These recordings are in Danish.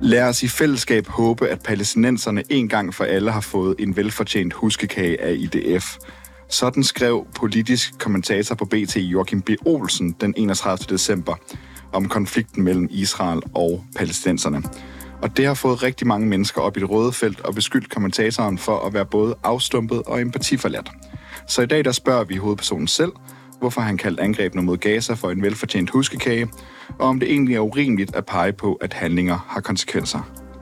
Lad os i fællesskab håbe, at palæstinenserne en gang for alle har fået en velfortjent huskekage af IDF. Sådan skrev politisk kommentator på BT Joachim B. Olsen den 31. december om konflikten mellem Israel og palæstinenserne. Og det har fået rigtig mange mennesker op i det røde felt og beskyldt kommentatoren for at være både afstumpet og empatiforladt. Så i dag der spørger vi hovedpersonen selv, hvorfor han kaldte angrebene mod Gaza for en velfortjent huskekage, og om det egentlig er urimeligt at pege på, at handlinger har konsekvenser.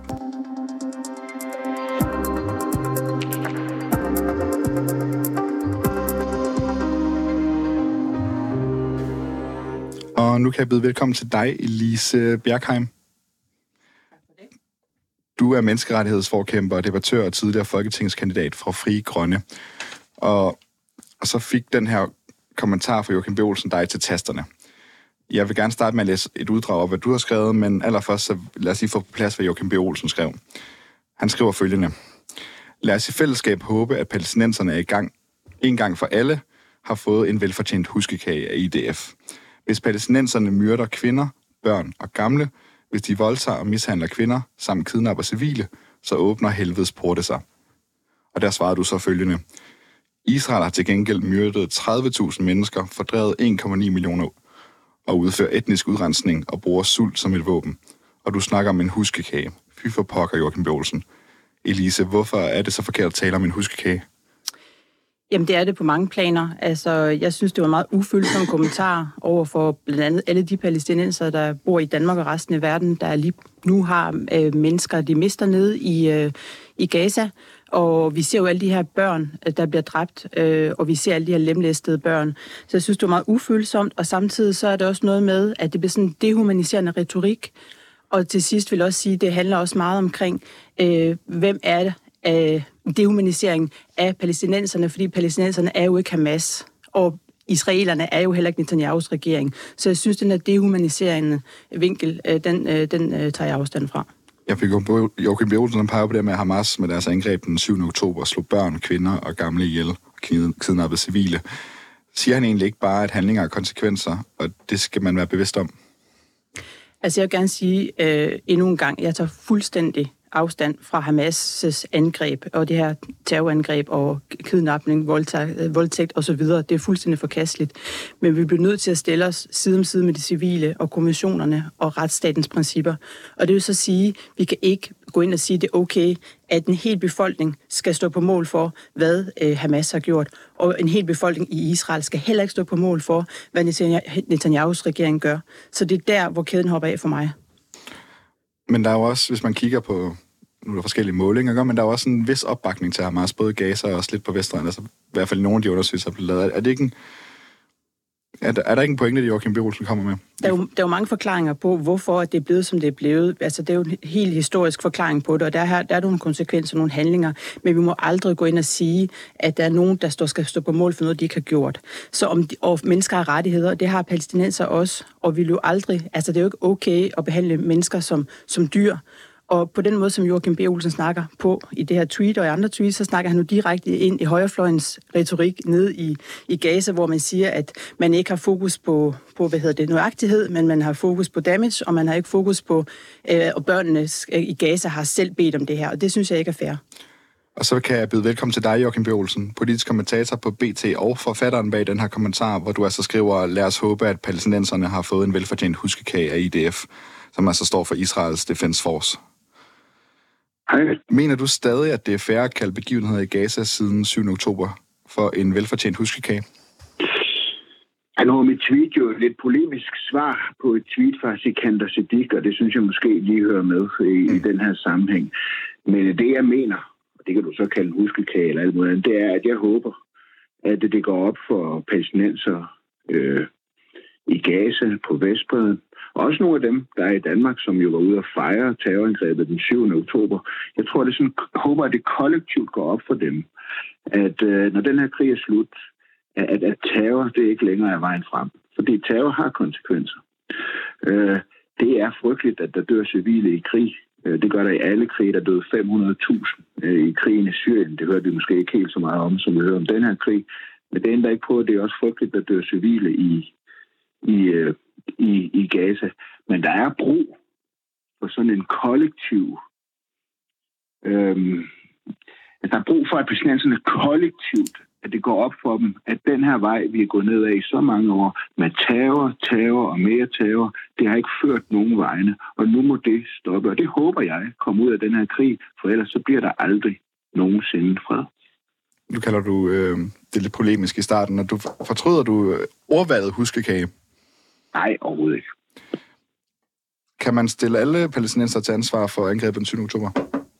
Og nu kan jeg byde velkommen til dig, Elise Bjerkheim. Du er menneskerettighedsforkæmper, debattør og tidligere folketingskandidat fra Frie Grønne. Og så fik den her kommentar fra Joachim B. Olsen dig til tasterne. Jeg vil gerne starte med at læse et uddrag af, hvad du har skrevet, men allerførst så lad os lige få på plads, hvad Joachim B. Olsen skrev. Han skriver følgende: Lad os i fællesskab håbe, at palæstinenserne er en gang for alle har fået en velfortjent huskekage af IDF. Hvis palæstinenserne myrder kvinder, børn og gamle, hvis de voldtager og mishandler kvinder, samt kidnapper civile, så åbner helvedes porte sig. Og der svarede du så følgende: Israel har til gengæld myrdet 30.000 mennesker, fordrevet 1,9 millioner og udfører etnisk udrensning og bruger sult som et våben. Og du snakker om en huskekage. Fy for pokker, Joachim B. Olsen. Elise, hvorfor er det så forkert at tale om en huskekage? Jamen, det er det på mange planer. Altså, jeg synes, det var en meget ufølsom kommentar over for blandt andet alle de palæstinenser, der bor i Danmark og resten af verden, der lige nu har mennesker, de mister nede i Gaza. Og vi ser jo alle de her børn, der bliver dræbt, og vi ser alle de her lemlæstede børn. Så jeg synes, det var meget ufølsomt, og samtidig så er det også noget med, at det bliver sådan en dehumaniserende retorik. Og til sidst vil jeg også sige, at det handler også meget omkring, hvem er det, dehumanisering af palæstinenserne, fordi palæstinenserne er jo ikke Hamas, og israelerne er jo heller ikke Netanyahus regering. Så jeg synes, den her dehumaniserende vinkel, den tager jeg afstand fra. Jeg fik jo Joachim B. Olsen, peger på det med Hamas med deres angreb den 7. oktober, slog børn, kvinder og gamle ihjel og kidnappede civile. Siger han egentlig ikke bare, at handlinger har konsekvenser, og det skal man være bevidst om? Altså jeg vil gerne sige endnu en gang, jeg tager fuldstændig afstand fra Hamas' angreb og det her terrorangreb og kidnapning, voldtægt osv. Det er fuldstændig forkasteligt. Men vi bliver nødt til at stille os side om side med de civile og konventionerne og retsstatens principper. Og det vil så sige, at vi kan ikke gå ind og sige, at det er okay, at en hel befolkning skal stå på mål for, hvad Hamas har gjort. Og en hel befolkning i Israel skal heller ikke stå på mål for, hvad Netanyahus regering gør. Så det er der, hvor kæden hopper af for mig. Men der er jo også, hvis man kigger på, nu er der forskellige målinger, men der er jo også en vis opbakning til Hamas, både Gaza og også lidt på Vestbredden, altså i hvert fald nogle af de undersøgelser, der er blevet lavet. Er det ikke er der ikke en pointe, det Joachim B. Olsen kommer med? Der er jo mange forklaringer på, hvorfor det er blevet, som det er blevet. Altså, det er jo en helt historisk forklaring på det, og der er nogle konsekvenser, nogle handlinger, men vi må aldrig gå ind og sige, at der er nogen, der skal stå på mål for noget, de ikke har gjort. Så og mennesker har rettigheder, og det har palæstinenser også, og vi vil jo aldrig, altså det er jo ikke okay at behandle mennesker som dyr. Og på den måde, som Joachim B. Olsen snakker på i det her tweet og i andre tweets, så snakker han nu direkte ind i højrefløjens retorik nede i Gaza, hvor man siger, at man ikke har fokus på nøjagtighed, men man har fokus på damage, og man har ikke fokus på, og børnene i Gaza har selv bedt om det her, og det synes jeg ikke er fair. Og så kan jeg byde velkommen til dig, Joachim B. Olsen, politisk kommentator på BT og forfatteren bag den her kommentar, hvor du altså skriver: lad os håbe, at palæstinenserne har fået en velfortjent huskekage af IDF, som altså står for Israels Defense Force. Hej. Mener du stadig, at det er fair at kalde begivenheder i Gaza siden 7. oktober for en velfortjent huskekage? Nu er mit tweet jo et lidt polemisk svar på et tweet fra Sikander Siddiq, og det synes jeg måske lige hører med i den her sammenhæng. Men det jeg mener, og det kan du så kalde en huskekage eller alt muligt, det er, at jeg håber, at det går op for palæstinenser i Gaza, på Vestbredden. Også nogle af dem, der er i Danmark, som jo var ude at fejre terrorangrebet den 7. oktober. Jeg tror, det sådan, håber, at det kollektivt går op for dem, at når den her krig er slut, at terror, det ikke længere er vejen frem. Fordi terror har konsekvenser. Det er frygteligt, at der dør civile i krig. Det gør der i alle krige. Der døde 500.000 i krigen i Syrien. Det hørte vi måske ikke helt så meget om, som vi hører om den her krig. Men det ændrer ikke på, at det er også frygteligt, at der dør civile i Gaza. Men der er brug for sådan en kollektiv... der er brug for, at palæstinenserne kollektivt, at det går op for dem, at den her vej, vi er gået ned af i så mange år, med terror og mere terror, det har ikke ført nogen vegne, og nu må det stoppe. Og det håber jeg kommer ud af den her krig, for ellers så bliver der aldrig nogensinde fred. Nu kalder du det lidt polemisk i starten, og fortryder du ordvalget huskekage? Nej, overhovedet ikke. Kan man stille alle palæstinenser til ansvar for angrebet den 7. oktober?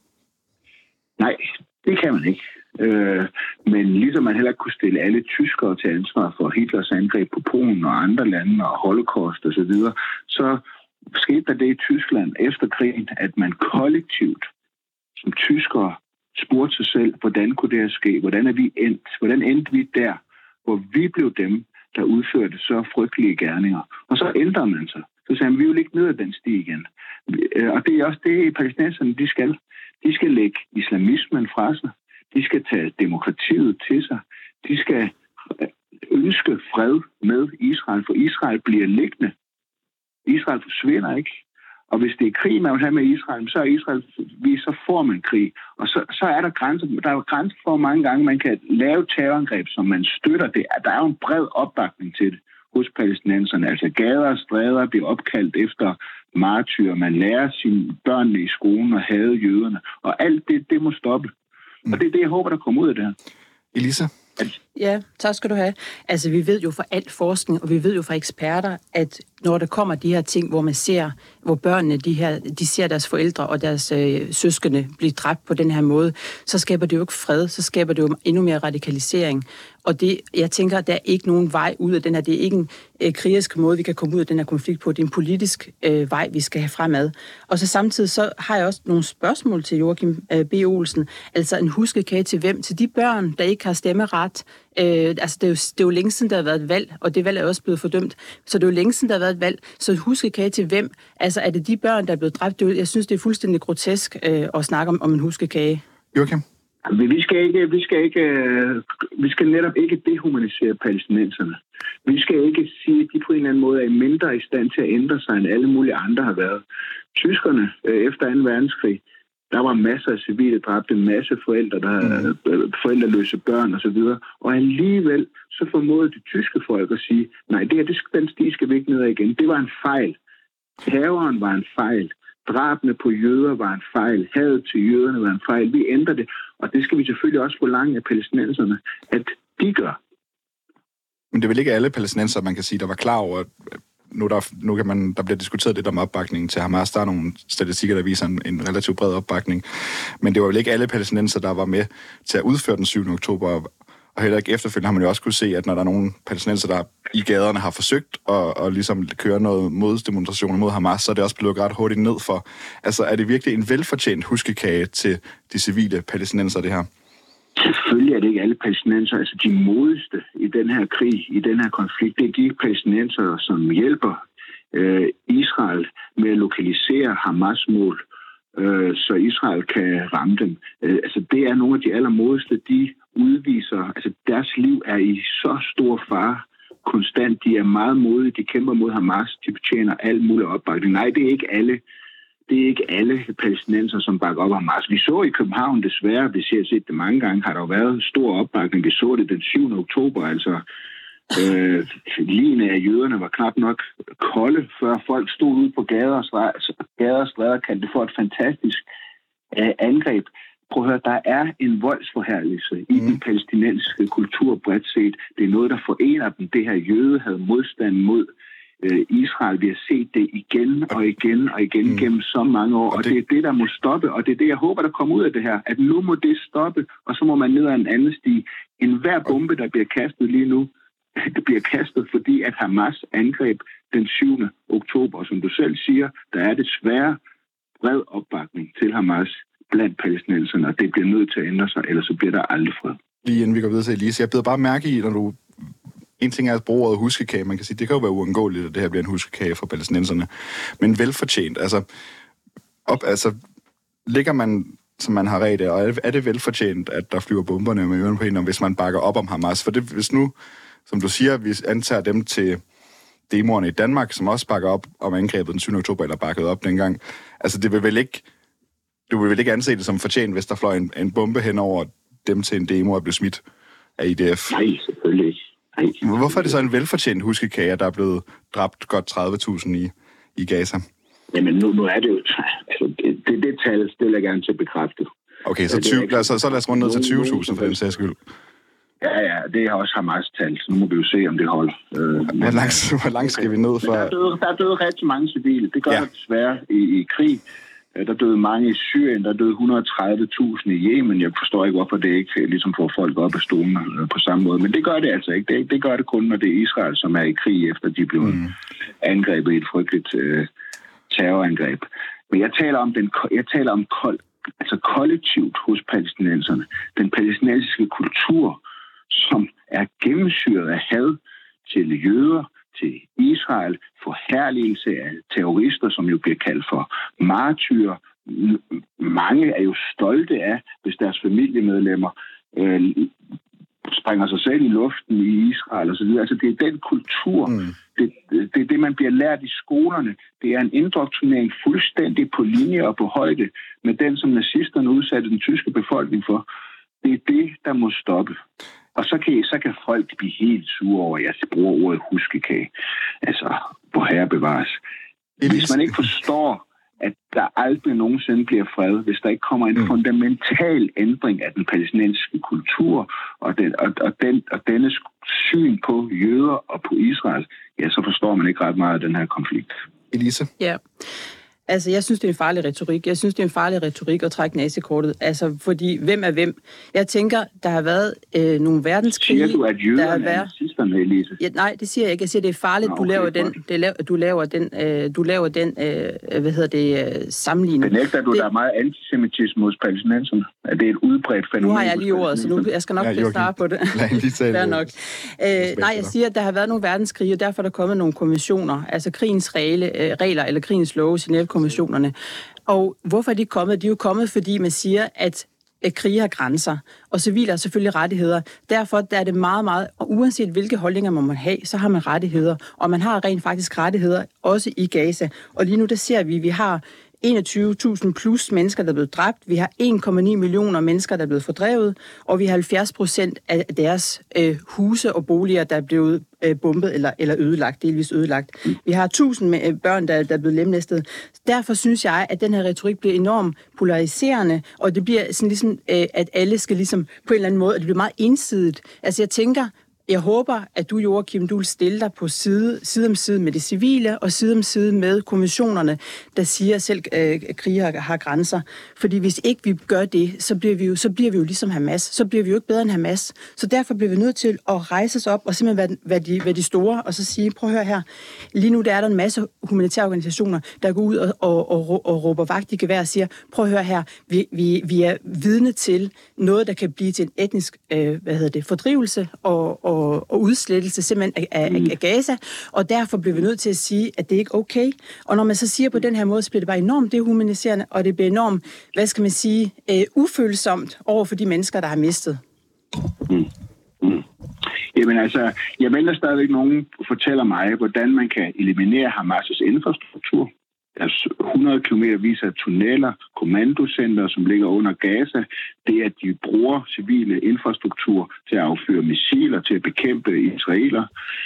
Nej, det kan man ikke. Men ligesom man heller ikke kunne stille alle tyskere til ansvar for Hitlers angreb på Polen og andre lande og Holocaust og så videre, så skete der det i Tyskland efter krigen, at man kollektivt som tyskere spurgte sig selv, hvordan kunne det her ske? Hvordan er vi endt? Hvordan endte vi der, hvor vi blev dem, der udførte så frygtelige gerninger? Og så ændrer man sig. Så sagde man, vi vil ikke ned ad den sti igen. Og det er også det, palæstinenserne de skal. De skal lægge islamismen fra sig. De skal tage demokratiet til sig. De skal ønske fred med Israel, for Israel bliver liggende. Israel forsvinder ikke. Og hvis det er krig, man vil have med Israel, så får man krig. Og så er der grænser. Der er jo grænser for, hvor mange gange man kan lave terrorangreb, som man støtter det. Der er jo en bred opbakning til det hos palæstinenserne. Altså gader og stræder bliver opkaldt efter martyrer. Man lærer sine børn i skolen at hade jøderne. Og alt det må stoppe. Og det er det, jeg håber, der kommer ud af det her. Elisa? Ja, tak skal du have. Altså, vi ved jo fra al forskning, og vi ved jo fra eksperter, at når der kommer de her ting, hvor man ser, hvor børnene, de ser deres forældre og deres søskende blive dræbt på den her måde, så skaber det jo ikke fred, så skaber det jo endnu mere radikalisering. Og jeg tænker, at der er ikke nogen vej ud af den her. Det er ikke en krigersk måde, vi kan komme ud af den her konflikt på. Det er en politisk vej, vi skal have fremad. Og så samtidig så har jeg også nogle spørgsmål til Joachim B. Olsen. Altså en huskekage til hvem? Til de børn, der ikke har stemmeret. Altså det er jo længe siden, der har været et valg, og det valg er også blevet fordømt. Så det er jo længe siden, der har været et valg. Så huskekage til hvem? Altså er det de børn, der er blevet dræbt? Jeg synes, det er fuldstændig grotesk at snakke om en huskekage. Joachim? Vi skal netop ikke dehumanisere palæstinenserne. Vi skal ikke sige, at de på en eller anden måde er mindre i stand til at ændre sig, end alle mulige andre har været. Tyskerne efter 2. verdenskrig, der var masser af civile dræbte, en masse forældre, der havde forældreløse børn osv. Og alligevel så formåede det tyske folk at sige, nej, den sti skal vi ikke ned ad igen. Det var en fejl. Terroren var en fejl. Drabene på jøder var en fejl. Hadet til jøderne var en fejl. Vi ændrer det, og det skal vi selvfølgelig også forlange af palæstinenserne, at de gør. Men det er vel ikke alle palæstinenser, man kan sige, der var klar over, at der bliver diskuteret lidt om opbakningen til Hamas. Der er nogle statistikker, der viser en relativt bred opbakning. Men det var vel ikke alle palæstinenser, der var med til at udføre den 7. oktober. Og heller ikke efterfølgende har man jo også kunne se, at når der er nogle palæstinenser, der i gaderne har forsøgt at ligesom køre noget moddemonstrationer mod Hamas, så er det også blevet ret hurtigt ned for. Altså, er det virkelig en velfortjent huskekage til de civile palæstinenser, det her? Selvfølgelig er det ikke alle palæstinenser. Altså, de modigste i den her krig, i den her konflikt, det er de palæstinenser, som hjælper Israel med at lokalisere Hamas-mål, så Israel kan ramme dem. Altså, det er nogle af de allermodigste, de udviser. Altså, deres liv er i så stor fare konstant. De er meget modige. De kæmper mod Hamas. De betjener alt muligt opbakning. Nej, det er ikke alle palæstinenser, som bakker op om Hamas. Vi så i København desværre, hvis jeg har set det mange gange, har der jo været stor opbakning. Vi så det den 7. oktober, altså ligene af jøderne var knap nok kolde, før folk stod ude på gader og stræder, kaldte det for et fantastisk angreb. Prøv at høre, der er en voldsforherligelse i den palæstinensiske kultur bredt set. Det er noget, der forener dem. Det her jøde havde modstand mod Israel. Vi har set det igen og igen gennem så mange år, og det er det, der må stoppe, og det er det, jeg håber, der kommer ud af det her, at nu må det stoppe, og så må man ned ad en anden sti. En hver bombe, der bliver kastet lige nu, det bliver kastet, fordi at Hamas angreb den 7. oktober, som du selv siger, der er desværre bred opbakning til Hamas blandt palæstinenserne, og det bliver nødt til at ændre sig, ellers så bliver der aldrig fred. Lige inden vi går videre til Elise, jeg beder bare mærke i, når du... En ting er at bruge ordet huskekage, man kan sige, det kan jo være uundgåeligt, at det her bliver en huskekage for palæstinenserne, men velfortjent, altså ligger man, som man har ret af, og er det velfortjent, at der flyver bomberne med ørerne på en, hvis man bakker op om Hamas? For det, hvis nu, som du siger, vi antager dem til demoerne i Danmark, som også bakker op om angrebet den 7. oktober, eller bakkede op dengang. Altså, du vil vel ikke anse det som fortjent, hvis der fløj en bombe hen over dem til en demo og blev smidt af IDF? Nej, selvfølgelig ikke. Nej. Hvorfor er det så en velfortjent huskekage, der er blevet dræbt godt 30.000 i Gaza? Jamen, nu er det jo... Altså, det tal, det vil jeg gerne til at bekræfte. Okay, så lad os runde ned til 20.000 for den sags skyld. Ja, det har også Hamas-tal, så nu må vi jo se, om det holder. Hvor langt skal vi ned for... Der er døde rigtig mange civile. Det gør der desværre i krig. Der døde mange i Syrien, der døde 130.000 i Yemen. Jeg forstår ikke, hvorfor det ikke ligesom får folk op af stolene på samme måde. Men det gør det altså ikke. Det gør det kun, når det er Israel, som er i krig, efter de blev angrebet i et frygteligt terrorangreb. Men jeg taler om kollektivt hos palæstinenserne. Den palæstinensiske kultur, som er gennemsyret af had til jøder, til Israel, forherligelse af terrorister, som jo bliver kaldt for martyrer. Mange er jo stolte af, hvis deres familiemedlemmer springer sig selv i luften i Israel og så videre. Altså det er den kultur, det er det, man bliver lært i skolerne. Det er en indoktrinering fuldstændig på linje og på højde med den, som nazisterne udsatte den tyske befolkning for. Det er det, der må stoppe. Og så kan folk blive helt sure over, at jeg bruger ordet huskekage. Altså, hvor herre bevares. Hvis man ikke forstår, at der aldrig nogensinde bliver fred, hvis der ikke kommer en fundamental ændring af den palæstinensiske kultur og dennes syn på jøder og på Israel, ja, så forstår man ikke ret meget af den her konflikt. Elise? Ja. Altså, jeg synes, det er en farlig retorik. Jeg synes, det er en farlig retorik at trække nazikortet. Altså, fordi hvem er hvem? Jeg tænker, der har været nogle verdenskrige... Siger du, at jøderne er nazisterne, Elise? Ja, nej, det siger jeg ikke. Jeg siger, det er farligt, du laver den sammenligning. Benægter du, der er meget antisemitisme hos palæstinenserne? Er det et udbredt fænomen? Nu har jeg lige ordet, så jeg skal nok starte på det. Fair nok. Nej, jeg siger, at der har været nogle verdenskrige, og derfor er der kommet nogle konventioner. Altså krigens regler eller krigens love, Genève-konventionerne. Og hvorfor er de kommet? De er jo kommet, fordi man siger, at krige har grænser, og civile har selvfølgelig rettigheder. Derfor er det meget, meget, og uanset hvilke holdninger man må have, så har man rettigheder, og man har rent faktisk rettigheder, også i Gaza. Og lige nu, der ser vi har 21.000 plus mennesker, der er blevet dræbt. Vi har 1,9 millioner mennesker, der er blevet fordrevet, og vi har 70% af deres huse og boliger, der er blevet bombet eller ødelagt, delvis ødelagt. Vi har 1.000 børn, der er blevet lemlæstet. Derfor synes jeg, at den her retorik bliver enormt polariserende, og det bliver sådan ligesom, at alle skal ligesom på en eller anden måde, at det bliver meget ensidigt. Altså jeg håber, at du, Joachim, du vil stille dig på side om side med det civile, og side om side med konventionerne, der siger, at selv krige har grænser. Fordi hvis ikke vi gør det, så bliver vi jo ligesom Hamas. Så bliver vi jo ikke bedre end Hamas. Så derfor bliver vi nødt til at rejse os op og simpelthen være de store, og så sige, prøv at høre her, lige nu der er der en masse humanitære organisationer, der går ud og råber vagt i gevær og siger, prøv at høre her, vi er vidne til noget, der kan blive til en etnisk fordrivelse og udslettelse simpelthen af Gaza, og derfor bliver vi nødt til at sige, at det ikke er okay. Og når man så siger på den her måde, så bliver det bare enormt dehumaniserende, og det bliver enormt, ufølsomt over for de mennesker, der har mistet. Jamen altså, jeg venter stadigvæk nogen fortæller mig, hvordan man kan eliminere Hamas' infrastruktur. Deres 100 kilometer vis af tunneller, kommandocenter, som ligger under Gaza. Det, at de bruger civile infrastruktur til at affyre missiler, til at bekæmpe israeler.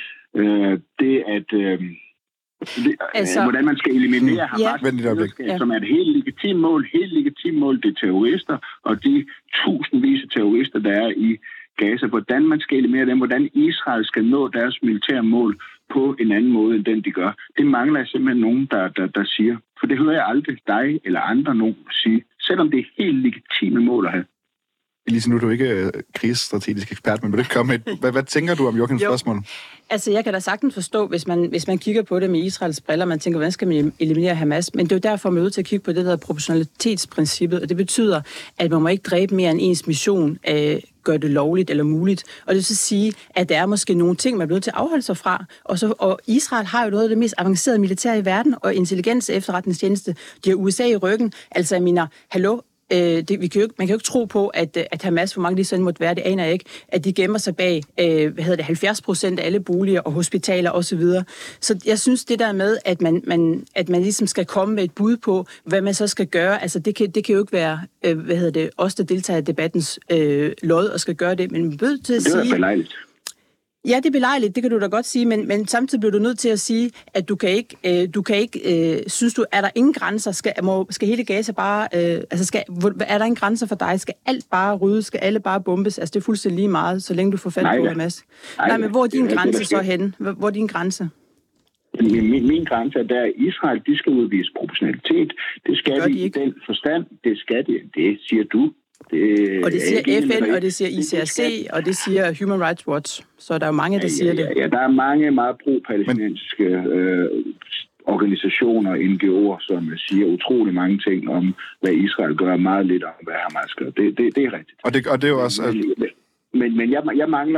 Hvordan man skal eliminere Hamas, som er et helt legitimt mål. Det er terrorister, og de tusindvis af terrorister, der er i Gaza. Hvordan man skal eliminere dem, hvordan Israel skal nå deres militære mål på en anden måde, end den de gør. Det mangler jeg simpelthen nogen, der siger. For det hører jeg aldrig dig eller andre nogen sige, selvom det er helt legitime mål at have. Elise, nu er du ikke krigsstrategisk ekspert, men vil du ikke komme med hvad tænker du om Joachims spørgsmål? Altså, jeg kan da sagtens forstå, hvis man kigger på det med Israels briller, man tænker, hvordan skal man eliminere Hamas? Men det er jo derfor, man er nødt til at kigge på det der proportionalitetsprincippet, og det betyder, at man må ikke dræbe mere end ens mission gør det lovligt eller muligt. Og det vil så sige, at der er måske nogle ting, man er nødt til at afholde sig fra. Og Israel har jo noget af det mest avancerede militær i verden, og intelligens efterretningstjeneste, de har USA i ryggen. Altså, jeg mener, hallo, man kan jo ikke tro på, at Hamas, hvor mange de sådan måtte være, det aner jeg ikke, at de gemmer sig bag 70% af alle boliger og hospitaler osv. Så jeg synes, det der med, at man ligesom skal komme med et bud på, hvad man så skal gøre, altså det kan jo ikke være, os, der deltager i debattens lod og skal gøre det, men man bliver til at sige... Det er belejligt. Ja, det er belejligt, det kan du da godt sige, men samtidig bliver du nødt til at sige, at du kan ikke synes du, er der ingen grænser? Skal hele Gaza bare, er der ingen grænser for dig? Skal alt bare rydde? Skal alle bare bombes? Altså, det er fuldstændig lige meget, så længe du får fat på Hamas. Nej, men hvor er din grænse så henne? Hvor er din grænse? Min grænse er, der Israel, de skal udvise proportionalitet. Det skal de i den forstand. Det skal de. Det siger du. Og det siger FN, og det siger ICRC, og det siger Human Rights Watch. Så der er jo mange, der siger det. Ja, der er mange meget pro-palæstinensiske organisationer og NGO'er, som siger utrolig mange ting om, hvad Israel gør, meget lidt om, hvad Hamas gør. Det er rigtigt. Og det er jo også... Men jeg mangler...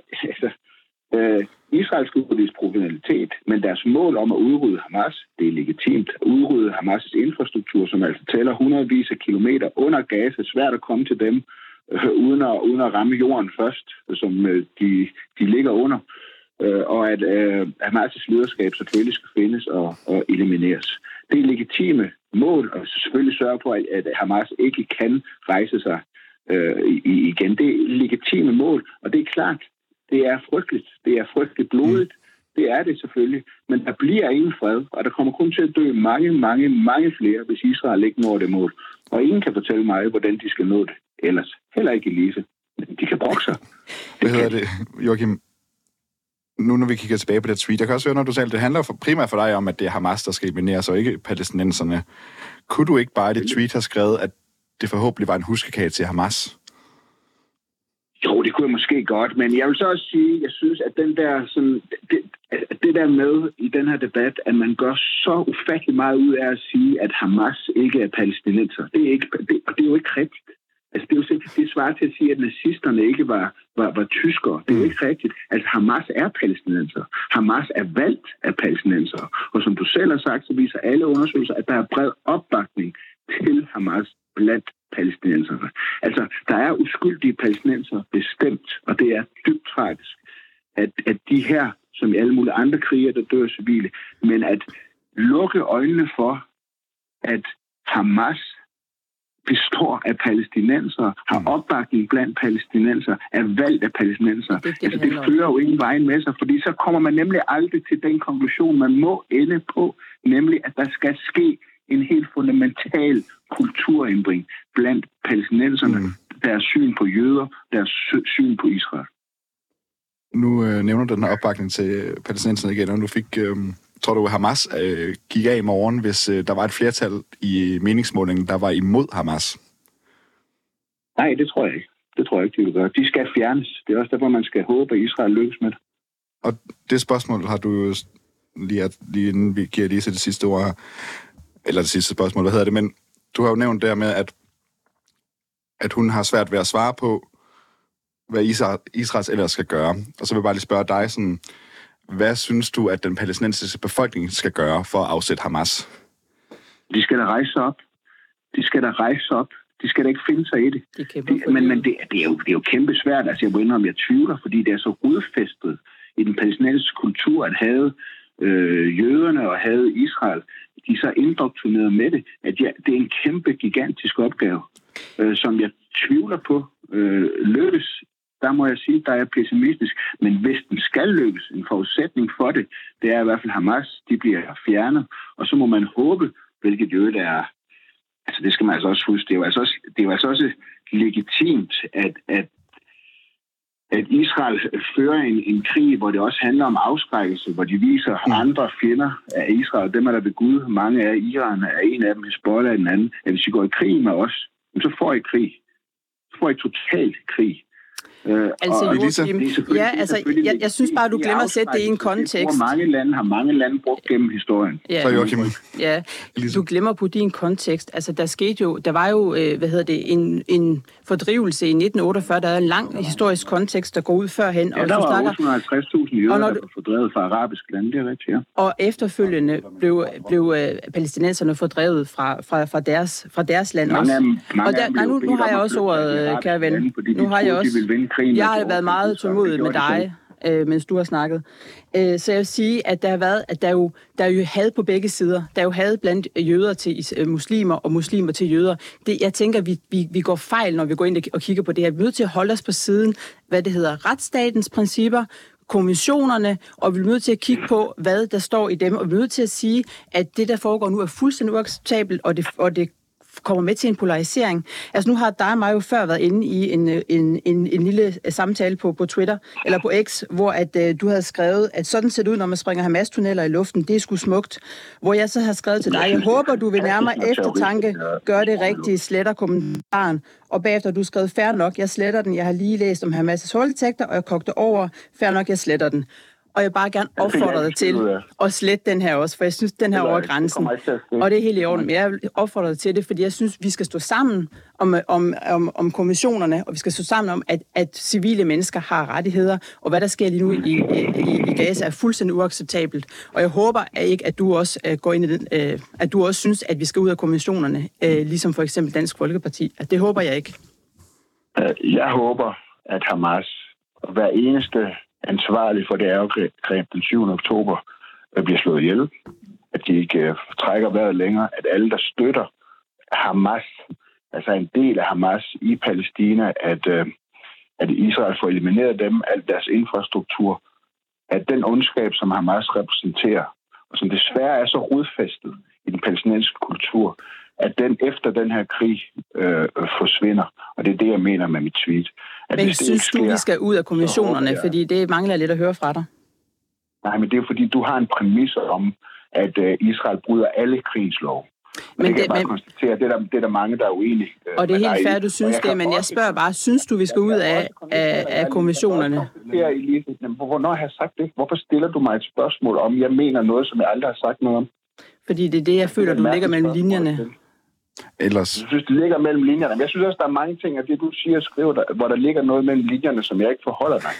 Israel skal udvise proportionalitet, men deres mål om at udrydde Hamas, det er legitimt. At udrydde Hamas' infrastruktur, som altså tæller hundredvis af kilometer under Gaza, svært at komme til dem, uden at ramme jorden først, som de ligger under. Og at Hamas' lederskab selvfølgelig skal findes og elimineres. Det er legitime mål, og selvfølgelig sørge på, at Hamas ikke kan rejse sig igen. Det er legitime mål, og det er klart, det er frygteligt. Det er frygteligt blodigt. Det er det selvfølgelig. Men der bliver ingen fred, og der kommer kun til at dø mange flere, hvis Israel ikke når det mål. Og ingen kan fortælle mig, hvordan de skal nå det ellers. Heller ikke Elise. De kan brokke sig. Hvad hedder det, Joachim? Nu når vi kigger tilbage på det tweet, jeg kan også høre, når du sagde, det handler primært for dig om, at det er Hamas, der skal elimineres, og ikke palæstinenserne. Kunne du ikke bare i det tweet have skrevet, at det forhåbentlig var en huskekage til Hamas? Jo, det kunne jeg måske godt, men jeg vil så også sige, jeg synes, at den der, sådan, det der med i den her debat, at man gør så ufattelig meget ud af at sige, at Hamas ikke er palæstinenser. Det er jo ikke rigtigt. Altså, det svarer til at sige, at nazisterne ikke var tyskere. Det er jo ikke rigtigt. Altså, Hamas er palæstinenser. Hamas er valgt af palæstinenser. Og som du selv har sagt, så viser alle undersøgelser, at der er bred opbakning til Hamas blandt palæstinenserne. Altså, der er uskyldige palæstinenser bestemt, og det er dybt tragisk, at de her, som i alle mulige andre kriger, der dør civile, men at lukke øjnene for, at Hamas består af palæstinenser, har opbakning blandt palæstinenser, er valgt af palæstinenser. Det fører jo ingen vej med sig, fordi så kommer man nemlig aldrig til den konklusion, man må ende på, nemlig at der skal ske en helt fundamental kulturændring blandt palæstinenserne, deres syn på jøder, deres syn på Israel. Nu nævner du den her opbakning til palæstinenserne igen, og du fik, tror du, Hamas gik af i morgen, hvis der var et flertal i meningsmålingen, der var imod Hamas? Nej, det tror jeg ikke. Det tror jeg ikke, de vil gøre. De skal fjernes. Det er også derfor, man skal håbe, at Israel lykkes med det. Og det spørgsmål har du jo lige inden vi giver Lise det sidste ord her, eller det sidste spørgsmål, hvad hedder det, men du har jo nævnt der med, at hun har svært ved at svare på, hvad Israels ellers skal gøre. Og så vil jeg bare lige spørge dig, sådan, hvad synes du, at den palæstinensiske befolkning skal gøre for at afsætte Hamas? De skal da rejse op. De skal da ikke finde sig i det. Men det er jo kæmpe svært. Altså, jeg må indrømme, jeg tvivler, fordi det er så rodfæstet i den palæstinensiske kultur, at have jøderne og havde Israel, de er så indoktrineret med det, at det er en kæmpe, gigantisk opgave, som jeg tvivler på lykkes. Der må jeg sige, der er pessimistisk. Men hvis den skal lykkes, en forudsætning for det, det er i hvert fald Hamas, de bliver fjernet. Og så må man håbe, hvilket jo er, altså det skal man altså også huske, det er jo altså også legitimt, at Israel fører en krig, hvor det også handler om afskrækkelse, hvor de viser andre fjender af Israel, dem er der ved Gud, mange af Iran er en af dem, Hezbollah er den anden, at hvis I går i krig med os, så får I krig. Så får I totalt krig. Jeg synes bare, du glemmer at sætte det i en kontekst. Mange lande brugt gennem historien. Så Joachim. Ja, du glemmer på din kontekst. Altså, der var jo, en fordrivelse i 1948, der er en lang historisk kontekst, der går ud førhen. Ja, der var 850.000 jøder, der var fordrevet fra arabiske lande, det er rigtigt, ja. Og efterfølgende blev palæstinenserne fordrevet fra deres land også. Nu har jeg også ordet, kære ven. Nu har jeg også. Jeg har været meget tålmodig med dig, mens du har snakket. Så jeg vil sige, at der er jo had på begge sider. Der er jo had blandt jøder til muslimer og muslimer til jøder. Jeg tænker, vi går fejl, når vi går ind og kigger på det her. Vi er nødt til at holde os på siden, retsstatens principper, konventionerne, og vi er nødt til at kigge på, hvad der står i dem, og vi er nødt til at sige, at det, der foregår nu, er fuldstændig uacceptabelt, og det kommer med til en polarisering. Altså nu har dig og mig jo før været inde i en lille samtale på Twitter, eller på X, hvor at du havde skrevet, at sådan ser det ud, når man springer Hamas-tunneller i luften. Det er sgu smukt. Hvor jeg så har skrevet til dig, jeg håber, du vil nærmere eftertanke, gør det rigtige, sletter kommentaren. Og bagefter har du skrevet, fair nok, jeg sletter den. Jeg har lige læst om Hamas' holddetektor, og jeg kogte over, fair nok, jeg sletter den. Og jeg vil bare gerne opfordre dig til at slette den her også, for jeg synes, den her over grænsen. Og det er helt i orden, men jeg vil opfordre dig til det, fordi jeg synes, vi skal stå sammen om konventionerne, og vi skal stå sammen om, at civile mennesker har rettigheder, og hvad der sker lige nu i Gaza er fuldstændig uacceptabelt. Og jeg håber at du også går ind i den, at du også synes, at vi skal ud af konventionerne, ligesom for eksempel Dansk Folkeparti. Det håber jeg ikke. Jeg håber, at Hamas og hver eneste ansvarlig for det angreb den 7. oktober bliver slået ihjel, at de ikke trækker vejret længere, at alle, der støtter Hamas, altså en del af Hamas i Palæstina, at Israel får elimineret dem, al deres infrastruktur, at den ondskab, som Hamas repræsenterer, og som desværre er så rodfæstet i den palæstinensiske kultur, at den efter den her krig forsvinder. Og det er det, jeg mener med mit tweet. Men synes du, vi skal ud af konventionerne? Fordi det mangler lidt at høre fra dig. Nej, men det er fordi, du har en præmis om, at Israel bryder alle krigens lov. Men det kan jeg bare konstatere, det er der mange, der er uenige. Og det er helt fair, du synes det, men jeg spørger bare, synes du, vi skal ud af konventionerne? Hvornår har jeg sagt det? Hvorfor stiller du mig et spørgsmål om, jeg mener noget, som jeg aldrig har sagt noget om? Fordi det er det, jeg føler, du ligger mellem linjerne. Ellers. Jeg synes, det ligger mellem linjerne. Men jeg synes også, der er mange ting af det, du siger og skriver, hvor der ligger noget mellem linjerne, som jeg ikke forholder mig.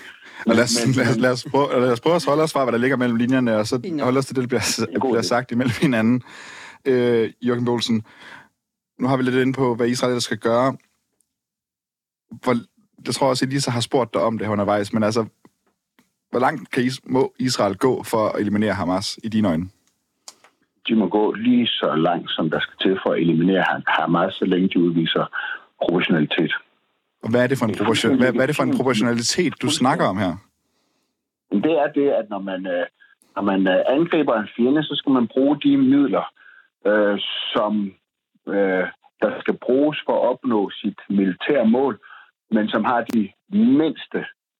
Lad os prøve at holde os fra, hvad der ligger mellem linjerne, og så holde os til det, der bliver sagt imellem hinanden. Joachim B. Olsen, nu har vi lidt inde på, hvad Israel skal gøre. Jeg tror også, at Elisa har spurgt dig om det undervejs, men altså, hvor langt må Israel gå for at eliminere Hamas i dine øjne? De må gå lige så langt, som der skal til for at eliminere Hamas, så længe de udviser proportionalitet. Og hvad er det for en proportionalitet, du snakker om her? Det er det, at når man angriber en fjende, så skal man bruge de midler, som der skal bruges for at opnå sit militære mål, men som har de mindste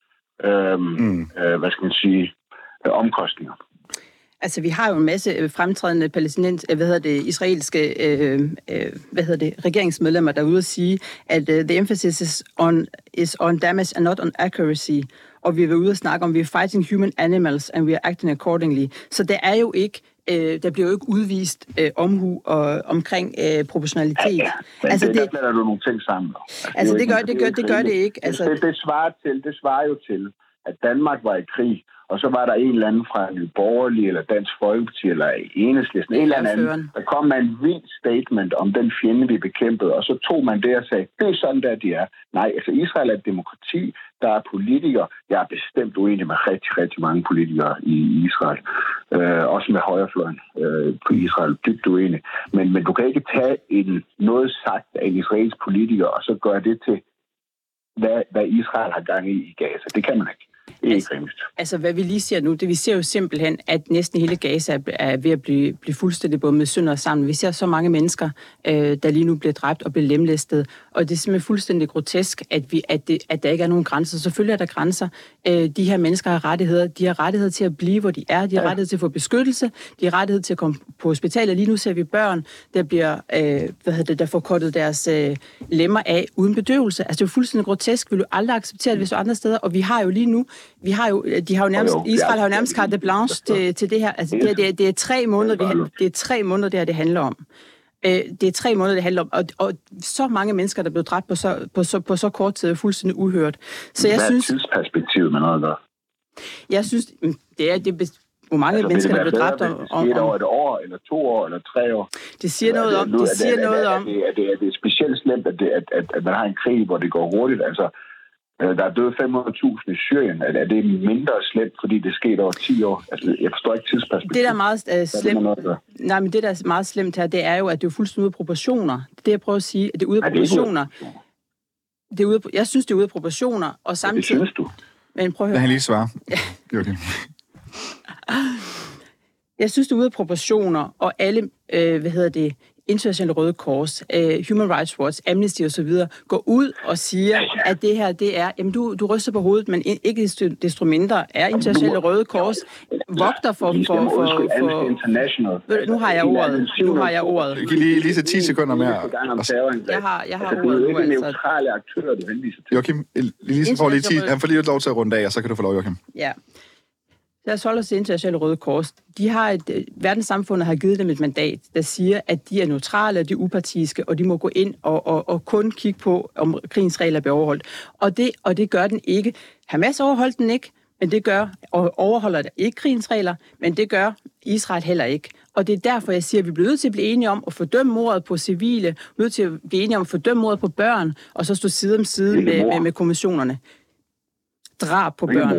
omkostninger. Altså, vi har jo en masse fremtrædende israelske regeringsmedlemmer, der er ude at sige, at the emphasis is on damage and not on accuracy. Og vi er ude at snakke om, vi er fighting human animals, and we are acting accordingly. Så der er jo ikke der bliver jo ikke udvist omhu omkring proportionalitet. Ja. Altså der blander du nogle ting sammen. Altså det gør det ikke. Altså det svarer jo til, at Danmark var i krig, og så var der en eller anden fra Nye Borgerlige, eller Dansk Folkeparti, eller Enhedslisten, en eller anden, der kom med en vild statement om den fjende, vi bekæmpede, og så tog man det og sagde, det er sådan, der de er. Nej, altså Israel er et demokrati, der er politikere. Jeg er bestemt uenig med rigtig, rigtig mange politikere i Israel. Også med højrefløjen på Israel, dybt uenig. Men du kan ikke tage noget sagt af en israelsk politiker, og så gøre det til, hvad Israel har gang i Gaza. Det kan man ikke. Altså, hvad vi lige ser nu, det vi ser jo simpelthen, at næsten hele Gaza er ved at blive fuldstændig både med sønder sammen. Vi ser så mange mennesker, der lige nu bliver dræbt og bliver lemlæstet, og det er simpelthen fuldstændig grotesk, at der ikke er nogen grænser. Selvfølgelig er der grænser. De her mennesker har rettigheder. De har rettighed til at blive, hvor de er. De har rettighed til at få beskyttelse. De har rettighed til at komme på hospitalet. Lige nu ser vi børn, der bliver, der får kortet deres lemmer af uden bedøvelse. Altså, det er jo fuldstændig grotesk. Vil du aldrig acceptere det, hvis du er andre steder? Og vi har jo lige nu, Israel har jo nærmest carte blanche til det her. Altså, det er 3 måneder, det handler om. Det er 3 måneder, det handler om, og så mange mennesker, der er blevet dræbt på så kort tid, er fuldstændig uhørt. Så jeg synes, hvad er tidsperspektivet med noget der? Jeg synes, hvor mange mennesker, der er blevet dræbt om... Det over 1 år, eller 2 år, eller 3 år. Det siger noget om... Er det specielt slemt, at man har en krig, hvor det går hurtigt? Altså, der er døde 500.000 i Syrien. Er det mindre slemt, fordi det skete over 10 år? Altså, jeg forstår ikke tidsperspektivet. Det, der er meget slemt... Nej, men det, der er meget slemt her, det er jo, at det er fuldstændig ude af proportioner. Det jeg prøver at sige, at det er ude af proportioner. Jeg synes, det er ude af proportioner, og samtidig... Det synes du? Men prøv at høre. Lad han lige svare. Okay. Jeg synes, det er ude af proportioner, og alle, Internationale Røde Kors, Human Rights Watch, Amnesty osv. går ud og siger, at det her, det er... Jamen, du ryster på hovedet, men ikke desto mindre er Internationale Røde Kors vogter for Nu har jeg ordet. Jeg kan lige så 10 sekunder mere. Jeg har ordet nu, altså. Neutrale aktører, du henviser til. Joachim, han får lige lov til at runde af, og så kan du få lov, Joachim. Ja. Lad os holde os til Internationale Røde Kors. Verdenssamfundet har givet dem et mandat, der siger, at de er neutrale, og de er upartiske, og de må gå ind og kun kigge på, om krigens regler bliver overholdt. Og det gør den ikke. Hamas overholdt den ikke, men det gør, og overholder ikke krigens regler, men det gør Israel heller ikke. Og det er derfor, jeg siger, at vi bliver nødt til at blive enige om at fordømme mordet på civile, nødt til at blive enige om at fordømme mordet på børn, og så stå side om side med kommissionerne. Drab på børn.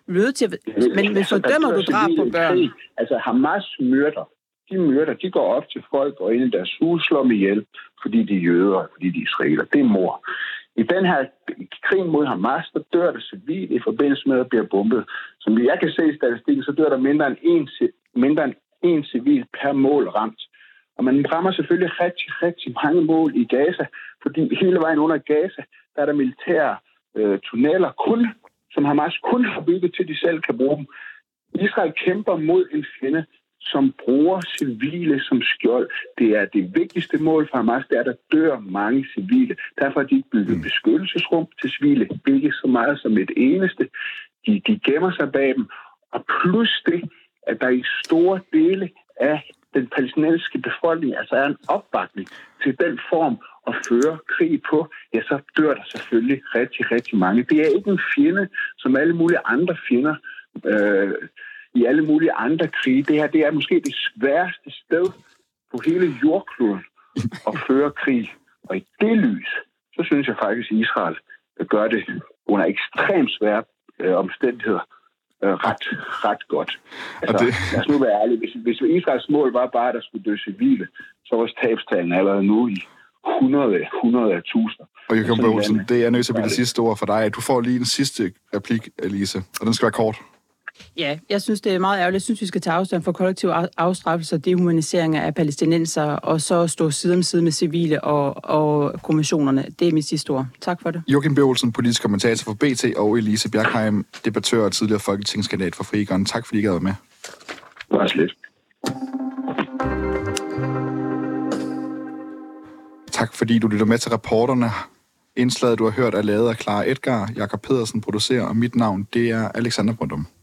Men fordømmer du drab på børn? Altså Hamas myrder. De går op til folk og ind i deres hus, slår dem ihjel, fordi de er jøder, fordi de er israeler. Det er mord. I den her krig mod Hamas, der dør der civil i forbindelse med at blive bombet. Som jeg kan se i statistikken, så dør der mindre end en civil per mål ramt. Og man rammer selvfølgelig rigtig, rigtig mange mål i Gaza, fordi hele vejen under Gaza, der er der militære tunneler som Hamas kun har bygget til, de selv kan bruge dem. Israel kæmper mod en fjende, som bruger civile som skjold. Det er det vigtigste mål for Hamas, det er, at der dør mange civile. Derfor har de bygget beskyttelsesrum til civile, ikke så meget som et eneste. De gemmer sig bag dem. Og plus det, at der i store dele af den palæstinensiske befolkning altså er en opbakning til den form at føre krig på, ja, så dør der selvfølgelig rigtig, rigtig mange. Det er ikke en fjende, som alle mulige andre fjender i alle mulige andre krige. Det her, det er måske det sværeste sted på hele jordkloden at føre krig. Og i det lys, så synes jeg faktisk, at Israel gør det under ekstremt svære omstændigheder ret godt. Altså, lad os nu være ærlige. Hvis Israels mål var bare, at der skulle dø civile, så var tabstallene allerede nu i 100 af tusinder. Og Joachim B. Olsen, det er nødt til at blive det sidste ord for dig. Du får lige en sidste replik, Elise, og den skal være kort. Ja, jeg synes, det er meget ærgerligt. Jeg synes, vi skal tage afstand for kollektiv afstraffelse og dehumaniseringer af palæstinenser, og så stå side om side med civile og kommissionerne. Det er mit sidste ord. Tak for det. Joachim B. Olsen, politisk kommentator for BT, og Elise Bjerkheim, debattør og tidligere folketingskandidat for Frie Grønne. Tak fordi I gad være med. Det var slet. Tak fordi du lytter med til Reporterne. Indslaget, du har hørt, er lavet af Clara Edgar, Jakob Pedersen producerer, og mit navn, det er Alexander Brøndum.